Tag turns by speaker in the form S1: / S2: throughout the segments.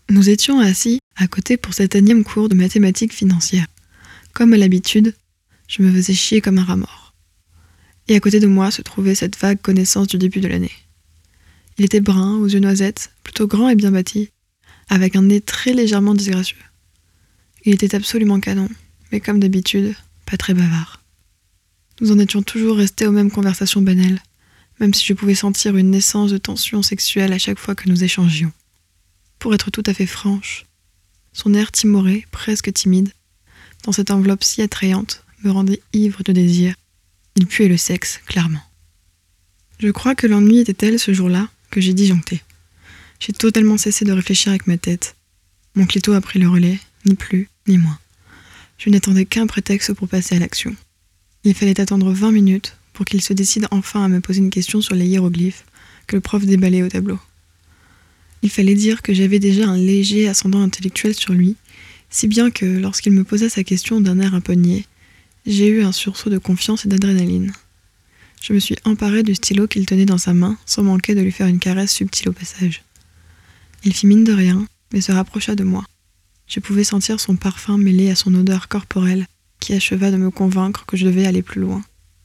S1: Nous étions assis à côté pour cet énième cours de mathématiques financières. Comme à l'habitude, je me faisais chier comme un rat mort. Et à côté de moi se trouvait cette vague connaissance du début de l'année. Il était brun, aux yeux noisettes, plutôt grand et bien bâti, avec un nez très légèrement disgracieux. Il était absolument canon, mais comme d'habitude, pas très bavard. Nous en étions toujours restés aux mêmes conversations banales, même si je pouvais sentir une naissance de tension sexuelle à chaque fois que nous échangions. Pour être tout à fait franche, son air timoré, presque timide, dans cette enveloppe si attrayante, me rendait ivre de désir. Il puait le sexe, clairement. Je crois que l'ennui était tel ce jour-là que j'ai disjoncté. J'ai totalement cessé de réfléchir avec ma tête. Mon clito a pris le relais, ni plus, ni moins. Je n'attendais qu'un prétexte pour passer à l'action. Il fallait attendre 20 minutes pour qu'il se décide enfin à me poser une question sur les hiéroglyphes que le prof déballait au tableau. Il fallait dire que j'avais déjà un léger ascendant intellectuel sur lui, si bien que, lorsqu'il me posa sa question d'un air un peu niais, j'ai eu un sursaut de confiance et d'adrénaline. Je me suis emparée du stylo qu'il tenait dans sa main, sans manquer de lui faire une caresse subtile au passage. Il fit mine de rien, mais se rapprocha de moi. Je pouvais sentir son parfum mêlé à son odeur corporelle, qui acheva de me convaincre que je devais aller plus loin.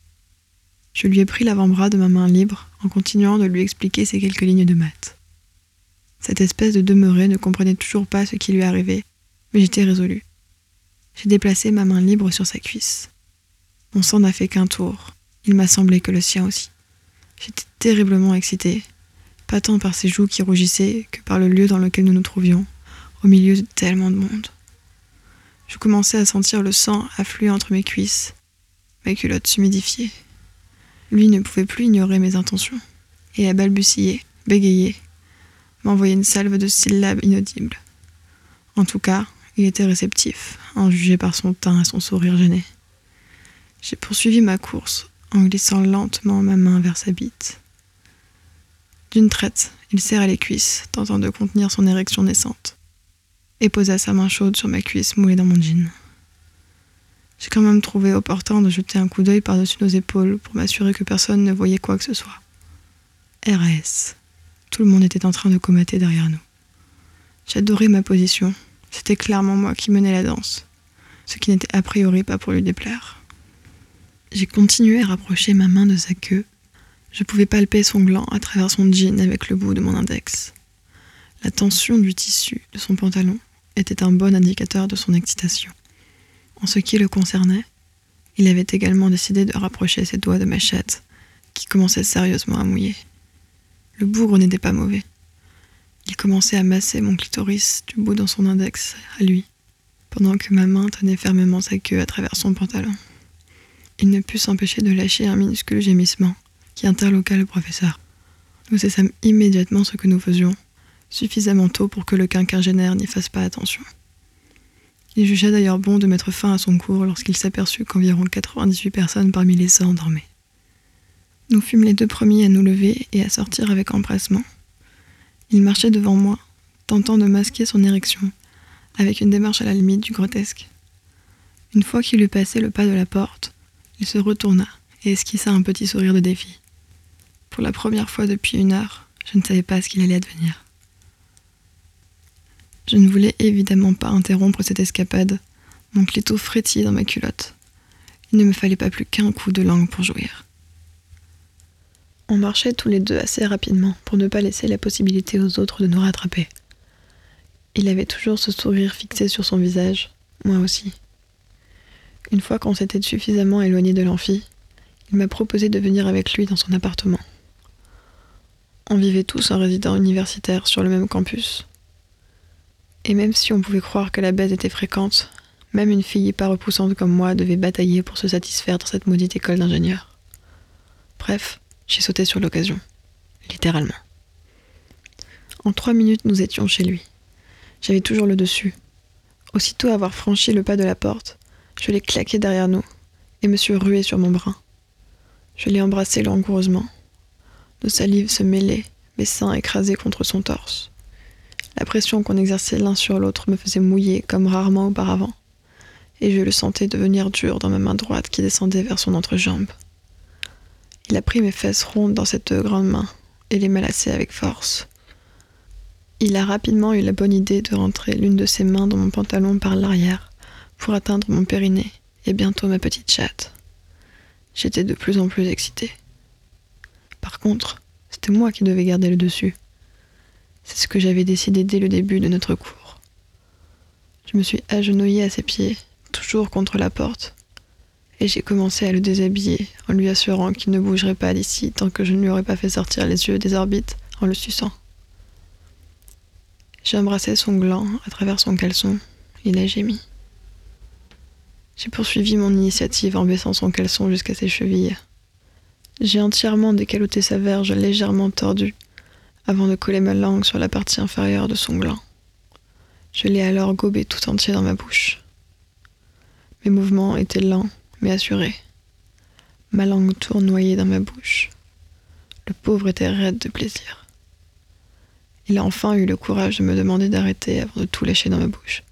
S1: Je lui ai pris l'avant-bras de ma main libre, en continuant de lui expliquer ces quelques lignes de maths. Cette espèce de demeuré ne comprenait toujours pas ce qui lui arrivait, mais j'étais résolue. J'ai déplacé ma main libre sur sa cuisse. Mon sang n'a fait qu'un tour. Il m'a semblé que le sien aussi. J'étais terriblement excitée, pas tant par ses joues qui rougissaient que par le lieu dans lequel nous nous trouvions, au milieu de tellement de monde. Je commençais à sentir le sang affluer entre mes cuisses, mes culottes s'humidifier. Lui ne pouvait plus ignorer mes intentions, et à balbutier, bégayer, m'envoyer une salve de syllabes inaudibles. En tout cas, il était réceptif, en juger par son teint et son sourire gêné. J'ai poursuivi ma course, en glissant lentement ma main vers sa bite. D'une traite, il serra les cuisses, tentant de contenir son érection naissante, et posa sa main chaude sur ma cuisse moulée dans mon jean. J'ai quand même trouvé opportun de jeter un coup d'œil par-dessus nos épaules pour m'assurer que personne ne voyait quoi que ce soit. RAS. Tout le monde était en train de comater derrière nous. J'adorais ma position. C'était clairement moi qui menais la danse, ce qui n'était a priori pas pour lui déplaire. J'ai continué à rapprocher ma main de sa queue. Je pouvais palper son gland à travers son jean avec le bout de mon index. La tension du tissu de son pantalon était un bon indicateur de son excitation. En ce qui le concernait, il avait également décidé de rapprocher ses doigts de ma chatte, qui commençait sérieusement à mouiller. Le bougre n'était pas mauvais. Il commençait à masser mon clitoris du bout dans son index, à lui, pendant que ma main tenait fermement sa queue à travers son pantalon. Il ne put s'empêcher de lâcher un minuscule gémissement, qui interloqua le professeur. Nous cessâmes immédiatement ce que nous faisions, suffisamment tôt pour que le quinquagénaire n'y fasse pas attention. Il jugea d'ailleurs bon de mettre fin à son cours lorsqu'il s'aperçut qu'environ 98 personnes parmi les 100 dormaient. Nous fûmes les deux premiers à nous lever et à sortir avec empressement. Il marchait devant moi, tentant de masquer son érection, avec une démarche à la limite du grotesque. Une fois qu'il eut passé le pas de la porte, il se retourna et esquissa un petit sourire de défi. Pour la première fois depuis 1 heure, je ne savais pas ce qu'il allait advenir. Je ne voulais évidemment pas interrompre cette escapade. Mon clito frétillait dans ma culotte. Il ne me fallait pas plus qu'un coup de langue pour jouir. On marchait tous les deux assez rapidement pour ne pas laisser la possibilité aux autres de nous rattraper. Il avait toujours ce sourire fixé sur son visage, moi aussi. Une fois qu'on s'était suffisamment éloigné de l'amphi, il m'a proposé de venir avec lui dans son appartement. On vivait tous en résident universitaire sur le même campus. Et même si on pouvait croire que la baise était fréquente, même une fille pas repoussante comme moi devait batailler pour se satisfaire dans cette maudite école d'ingénieur. Bref, j'ai sauté sur l'occasion. Littéralement. En 3 minutes, nous étions chez lui. J'avais toujours le dessus. Aussitôt avoir franchi le pas de la porte, je l'ai claqué derrière nous et me suis rué sur mon bras. Je l'ai embrassé langoureusement. Nos salives se mêlaient, mes seins écrasés contre son torse. La pression qu'on exerçait l'un sur l'autre me faisait mouiller comme rarement auparavant, et je le sentais devenir dur dans ma main droite qui descendait vers son entrejambe. Il a pris mes fesses rondes dans cette grande main et les malassait avec force. Il a rapidement eu la bonne idée de rentrer l'une de ses mains dans mon pantalon par l'arrière pour atteindre mon périnée et bientôt ma petite chatte. J'étais de plus en plus excitée. Par contre, c'était moi qui devais garder le dessus. C'est ce que j'avais décidé dès le début de notre cours. Je me suis agenouillée à ses pieds, toujours contre la porte, et j'ai commencé à le déshabiller en lui assurant qu'il ne bougerait pas d'ici tant que je ne lui aurais pas fait sortir les yeux des orbites en le suçant. J'ai embrassé son gland à travers son caleçon. Il a gémi. J'ai poursuivi mon initiative en baissant son caleçon jusqu'à ses chevilles. J'ai entièrement décaloté sa verge légèrement tordue avant de coller ma langue sur la partie inférieure de son gland. Je l'ai alors gobé tout entier dans ma bouche. Mes mouvements étaient lents mais assurés. Ma langue tournoyait dans ma bouche. Le pauvre était raide de plaisir. Il a enfin eu le courage de me demander d'arrêter avant de tout lâcher dans ma bouche.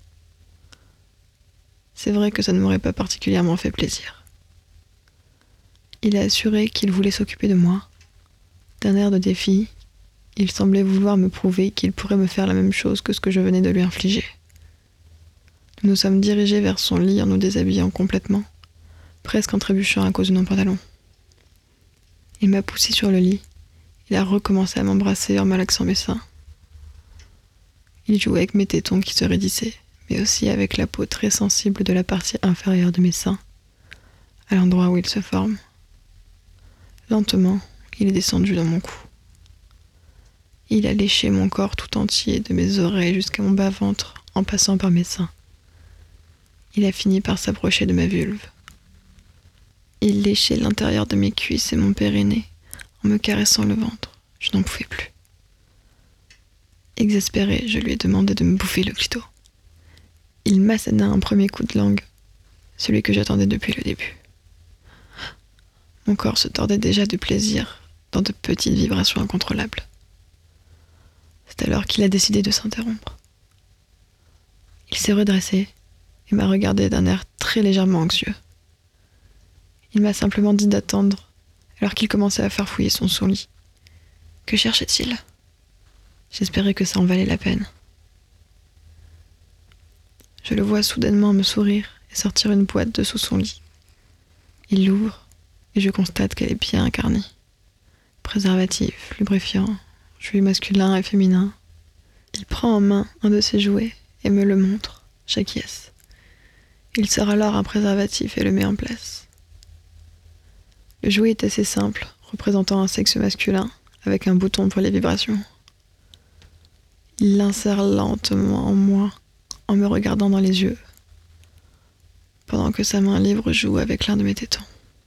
S1: C'est vrai que ça ne m'aurait pas particulièrement fait plaisir. Il a assuré qu'il voulait s'occuper de moi. D'un air de défi, il semblait vouloir me prouver qu'il pourrait me faire la même chose que ce que je venais de lui infliger. Nous nous sommes dirigés vers son lit en nous déshabillant complètement, presque en trébuchant à cause de nos pantalons. Il m'a poussé sur le lit. Il a recommencé à m'embrasser en malaxant mes seins. Il jouait avec mes tétons qui se raidissaient, mais aussi avec la peau très sensible de la partie inférieure de mes seins, à l'endroit où ils se forment. Lentement, il est descendu dans mon cou. Il a léché mon corps tout entier, de mes oreilles jusqu'à mon bas-ventre, en passant par mes seins. Il a fini par s'approcher de ma vulve. Il léchait l'intérieur de mes cuisses et mon périnée, en me caressant le ventre. Je n'en pouvais plus. Exaspéré, je lui ai demandé de me bouffer le clito. Il m'assena un premier coup de langue, celui que j'attendais depuis le début. Mon corps se tordait déjà de plaisir dans de petites vibrations incontrôlables. C'est alors qu'il a décidé de s'interrompre. Il s'est redressé et m'a regardé d'un air très légèrement anxieux. Il m'a simplement dit d'attendre alors qu'il commençait à farfouiller son lit. Que cherchait-il ? J'espérais que ça en valait la peine. Je le vois soudainement me sourire et sortir une boîte de sous son lit. Il l'ouvre et je constate qu'elle est bien incarnée. Préservatif, lubrifiant, jouets masculins et féminins. Il prend en main un de ses jouets et me le montre. J'acquiesce. Il sort alors un préservatif et le met en place. Le jouet est assez simple, représentant un sexe masculin avec un bouton pour les vibrations. Il l'insère lentement en moi, en me regardant dans les yeux, pendant que sa main libre joue avec l'un de mes tétons.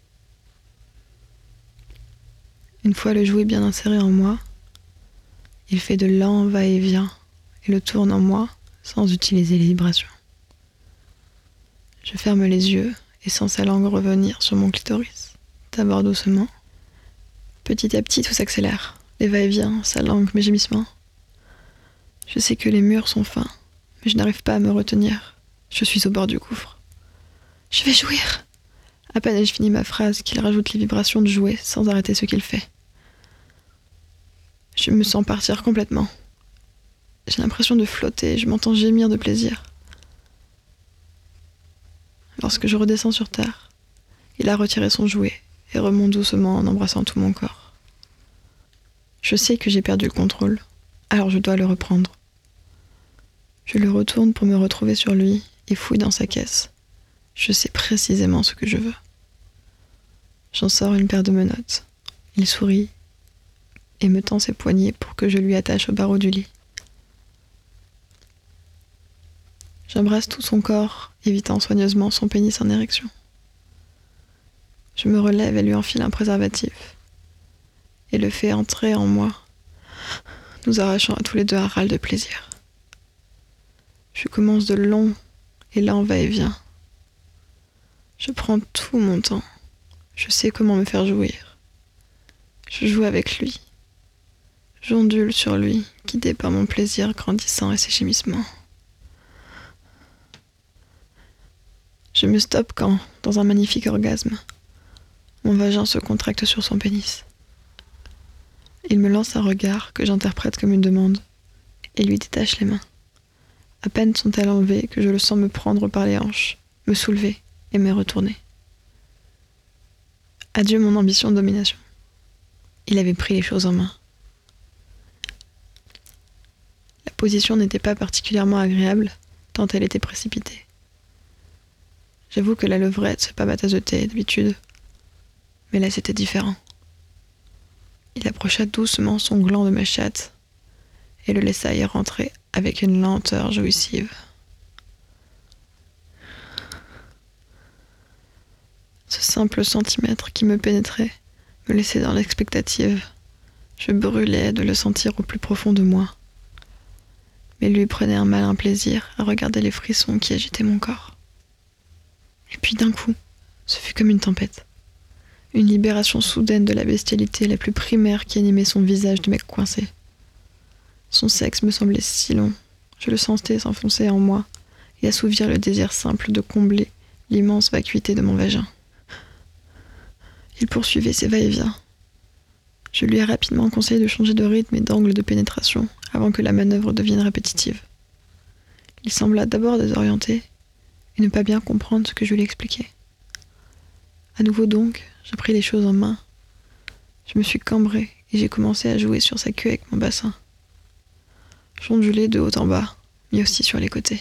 S1: Une fois le jouet bien inséré en moi, il fait de lents va-et-vient et le tourne en moi sans utiliser les vibrations. Je ferme les yeux et sens sa langue revenir sur mon clitoris, d'abord doucement. Petit à petit, tout s'accélère. Les va-et-vient, sa langue, mes gémissements. Je sais que les murs sont fins, mais je n'arrive pas à me retenir. Je suis au bord du gouffre. Je vais jouir. À peine ai-je fini ma phrase qu'il rajoute les vibrations de jouet sans arrêter ce qu'il fait. Je me sens partir complètement. J'ai l'impression de flotter et je m'entends gémir de plaisir. Lorsque je redescends sur terre, il a retiré son jouet et remonte doucement en embrassant tout mon corps. Je sais que j'ai perdu le contrôle, alors je dois le reprendre. Je le retourne pour me retrouver sur lui et fouille dans sa caisse. Je sais précisément ce que je veux. J'en sors une paire de menottes. Il sourit et me tend ses poignets pour que je lui attache au barreau du lit. J'embrasse tout son corps, évitant soigneusement son pénis en érection. Je me relève et lui enfile un préservatif et le fais entrer en moi, nous arrachant à tous les deux un râle de plaisir. Je commence de long et lent va-et-vient. Je prends tout mon temps. Je sais comment me faire jouir. Je joue avec lui. J'ondule sur lui, guidé par mon plaisir grandissant et ses gémissements. Je me stoppe quand, dans un magnifique orgasme, mon vagin se contracte sur son pénis. Il me lance un regard que j'interprète comme une demande, et lui détache les mains. À peine sont-elles enlevées que je le sens me prendre par les hanches, me soulever et me retourner. Adieu mon ambition de domination. Il avait pris les choses en main. La position n'était pas particulièrement agréable, tant elle était précipitée. J'avoue que la levrette, c'est pas ma tasse de thé d'habitude, mais là c'était différent. Il approcha doucement son gland de ma chatte et le laissa y rentrer avec une lenteur jouissive. Ce simple centimètre qui me pénétrait me laissait dans l'expectative. Je brûlais de le sentir au plus profond de moi. Mais lui prenait un malin plaisir à regarder les frissons qui agitaient mon corps. Et puis d'un coup, ce fut comme une tempête. Une libération soudaine de la bestialité la plus primaire qui animait son visage de mec coincé. Son sexe me semblait si long, je le sentais s'enfoncer en moi et assouvir le désir simple de combler l'immense vacuité de mon vagin. Il poursuivait ses va-et-vient. Je lui ai rapidement conseillé de changer de rythme et d'angle de pénétration avant que la manœuvre devienne répétitive. Il sembla d'abord désorienté et ne pas bien comprendre ce que je lui expliquais. À nouveau donc, j'ai pris les choses en main. Je me suis cambré et j'ai commencé à jouer sur sa queue avec mon bassin. J'ondulais de haut en bas, mais aussi sur les côtés.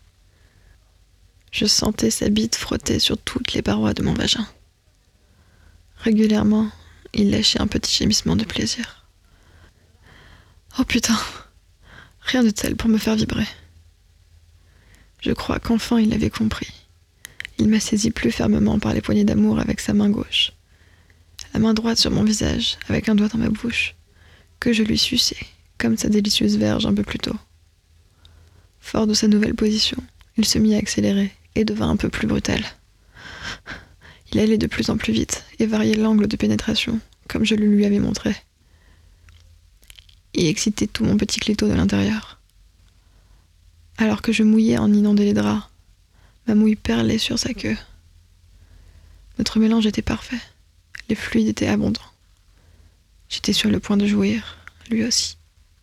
S1: Je sentais sa bite frotter sur toutes les parois de mon vagin. Régulièrement, il lâchait un petit gémissement de plaisir. Oh putain, rien de tel pour me faire vibrer. Je crois qu'enfin il avait compris. Il m'a saisi plus fermement par les poignées d'amour avec sa main gauche, la main droite sur mon visage, avec un doigt dans ma bouche, que je lui suçais, comme sa délicieuse verge un peu plus tôt. Fort de sa nouvelle position, il se mit à accélérer et devint un peu plus brutal. Il allait de plus en plus vite et variait l'angle de pénétration, comme je le lui avais montré. Il excitait tout mon petit clito de l'intérieur. Alors que je mouillais en inondant les draps, ma mouille perlait sur sa queue. Notre mélange était parfait. Les fluides étaient abondants. J'étais sur le point de jouir, lui aussi.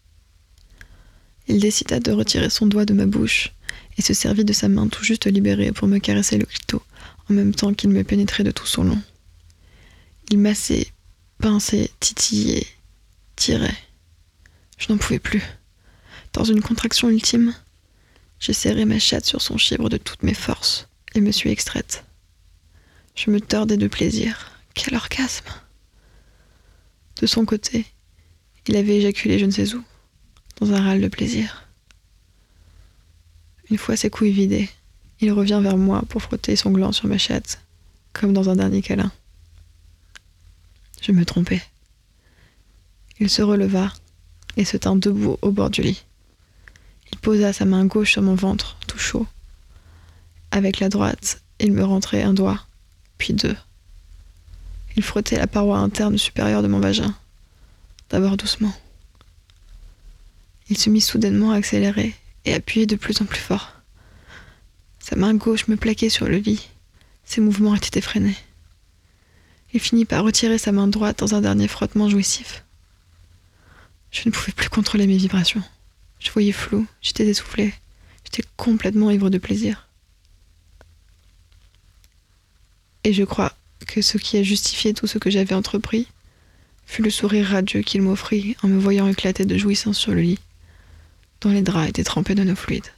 S1: Il décida de retirer son doigt de ma bouche et se servit de sa main tout juste libérée pour me caresser le clito en même temps qu'il me pénétrait de tout son long. Il massait, pinçait, titillait, tirait. Je n'en pouvais plus. Dans une contraction ultime, j'ai serré ma chatte sur son chibre de toutes mes forces et me suis extraite. Je me tordais de plaisir. Quel orgasme! De son côté, il avait éjaculé je ne sais où, dans un râle de plaisir. Une fois ses couilles vidées, il revient vers moi pour frotter son gland sur ma chatte, comme dans un dernier câlin. Je me trompais. Il se releva et se tint debout au bord du lit. Il posa sa main gauche sur mon ventre, tout chaud. Avec la droite, il me rentrait un doigt, puis deux. Il frottait la paroi interne supérieure de mon vagin, d'abord doucement. Il se mit soudainement à accélérer et appuyer de plus en plus fort. Sa main gauche me plaquait sur le lit. Ses mouvements étaient effrénés. Il finit par retirer sa main droite dans un dernier frottement jouissif. Je ne pouvais plus contrôler mes vibrations. Je voyais flou, j'étais essoufflée, j'étais complètement ivre de plaisir. Et je crois que ce qui a justifié tout ce que j'avais entrepris fut le sourire radieux qu'il m'offrit en me voyant éclater de jouissance sur le lit, dont les draps étaient trempés de nos fluides.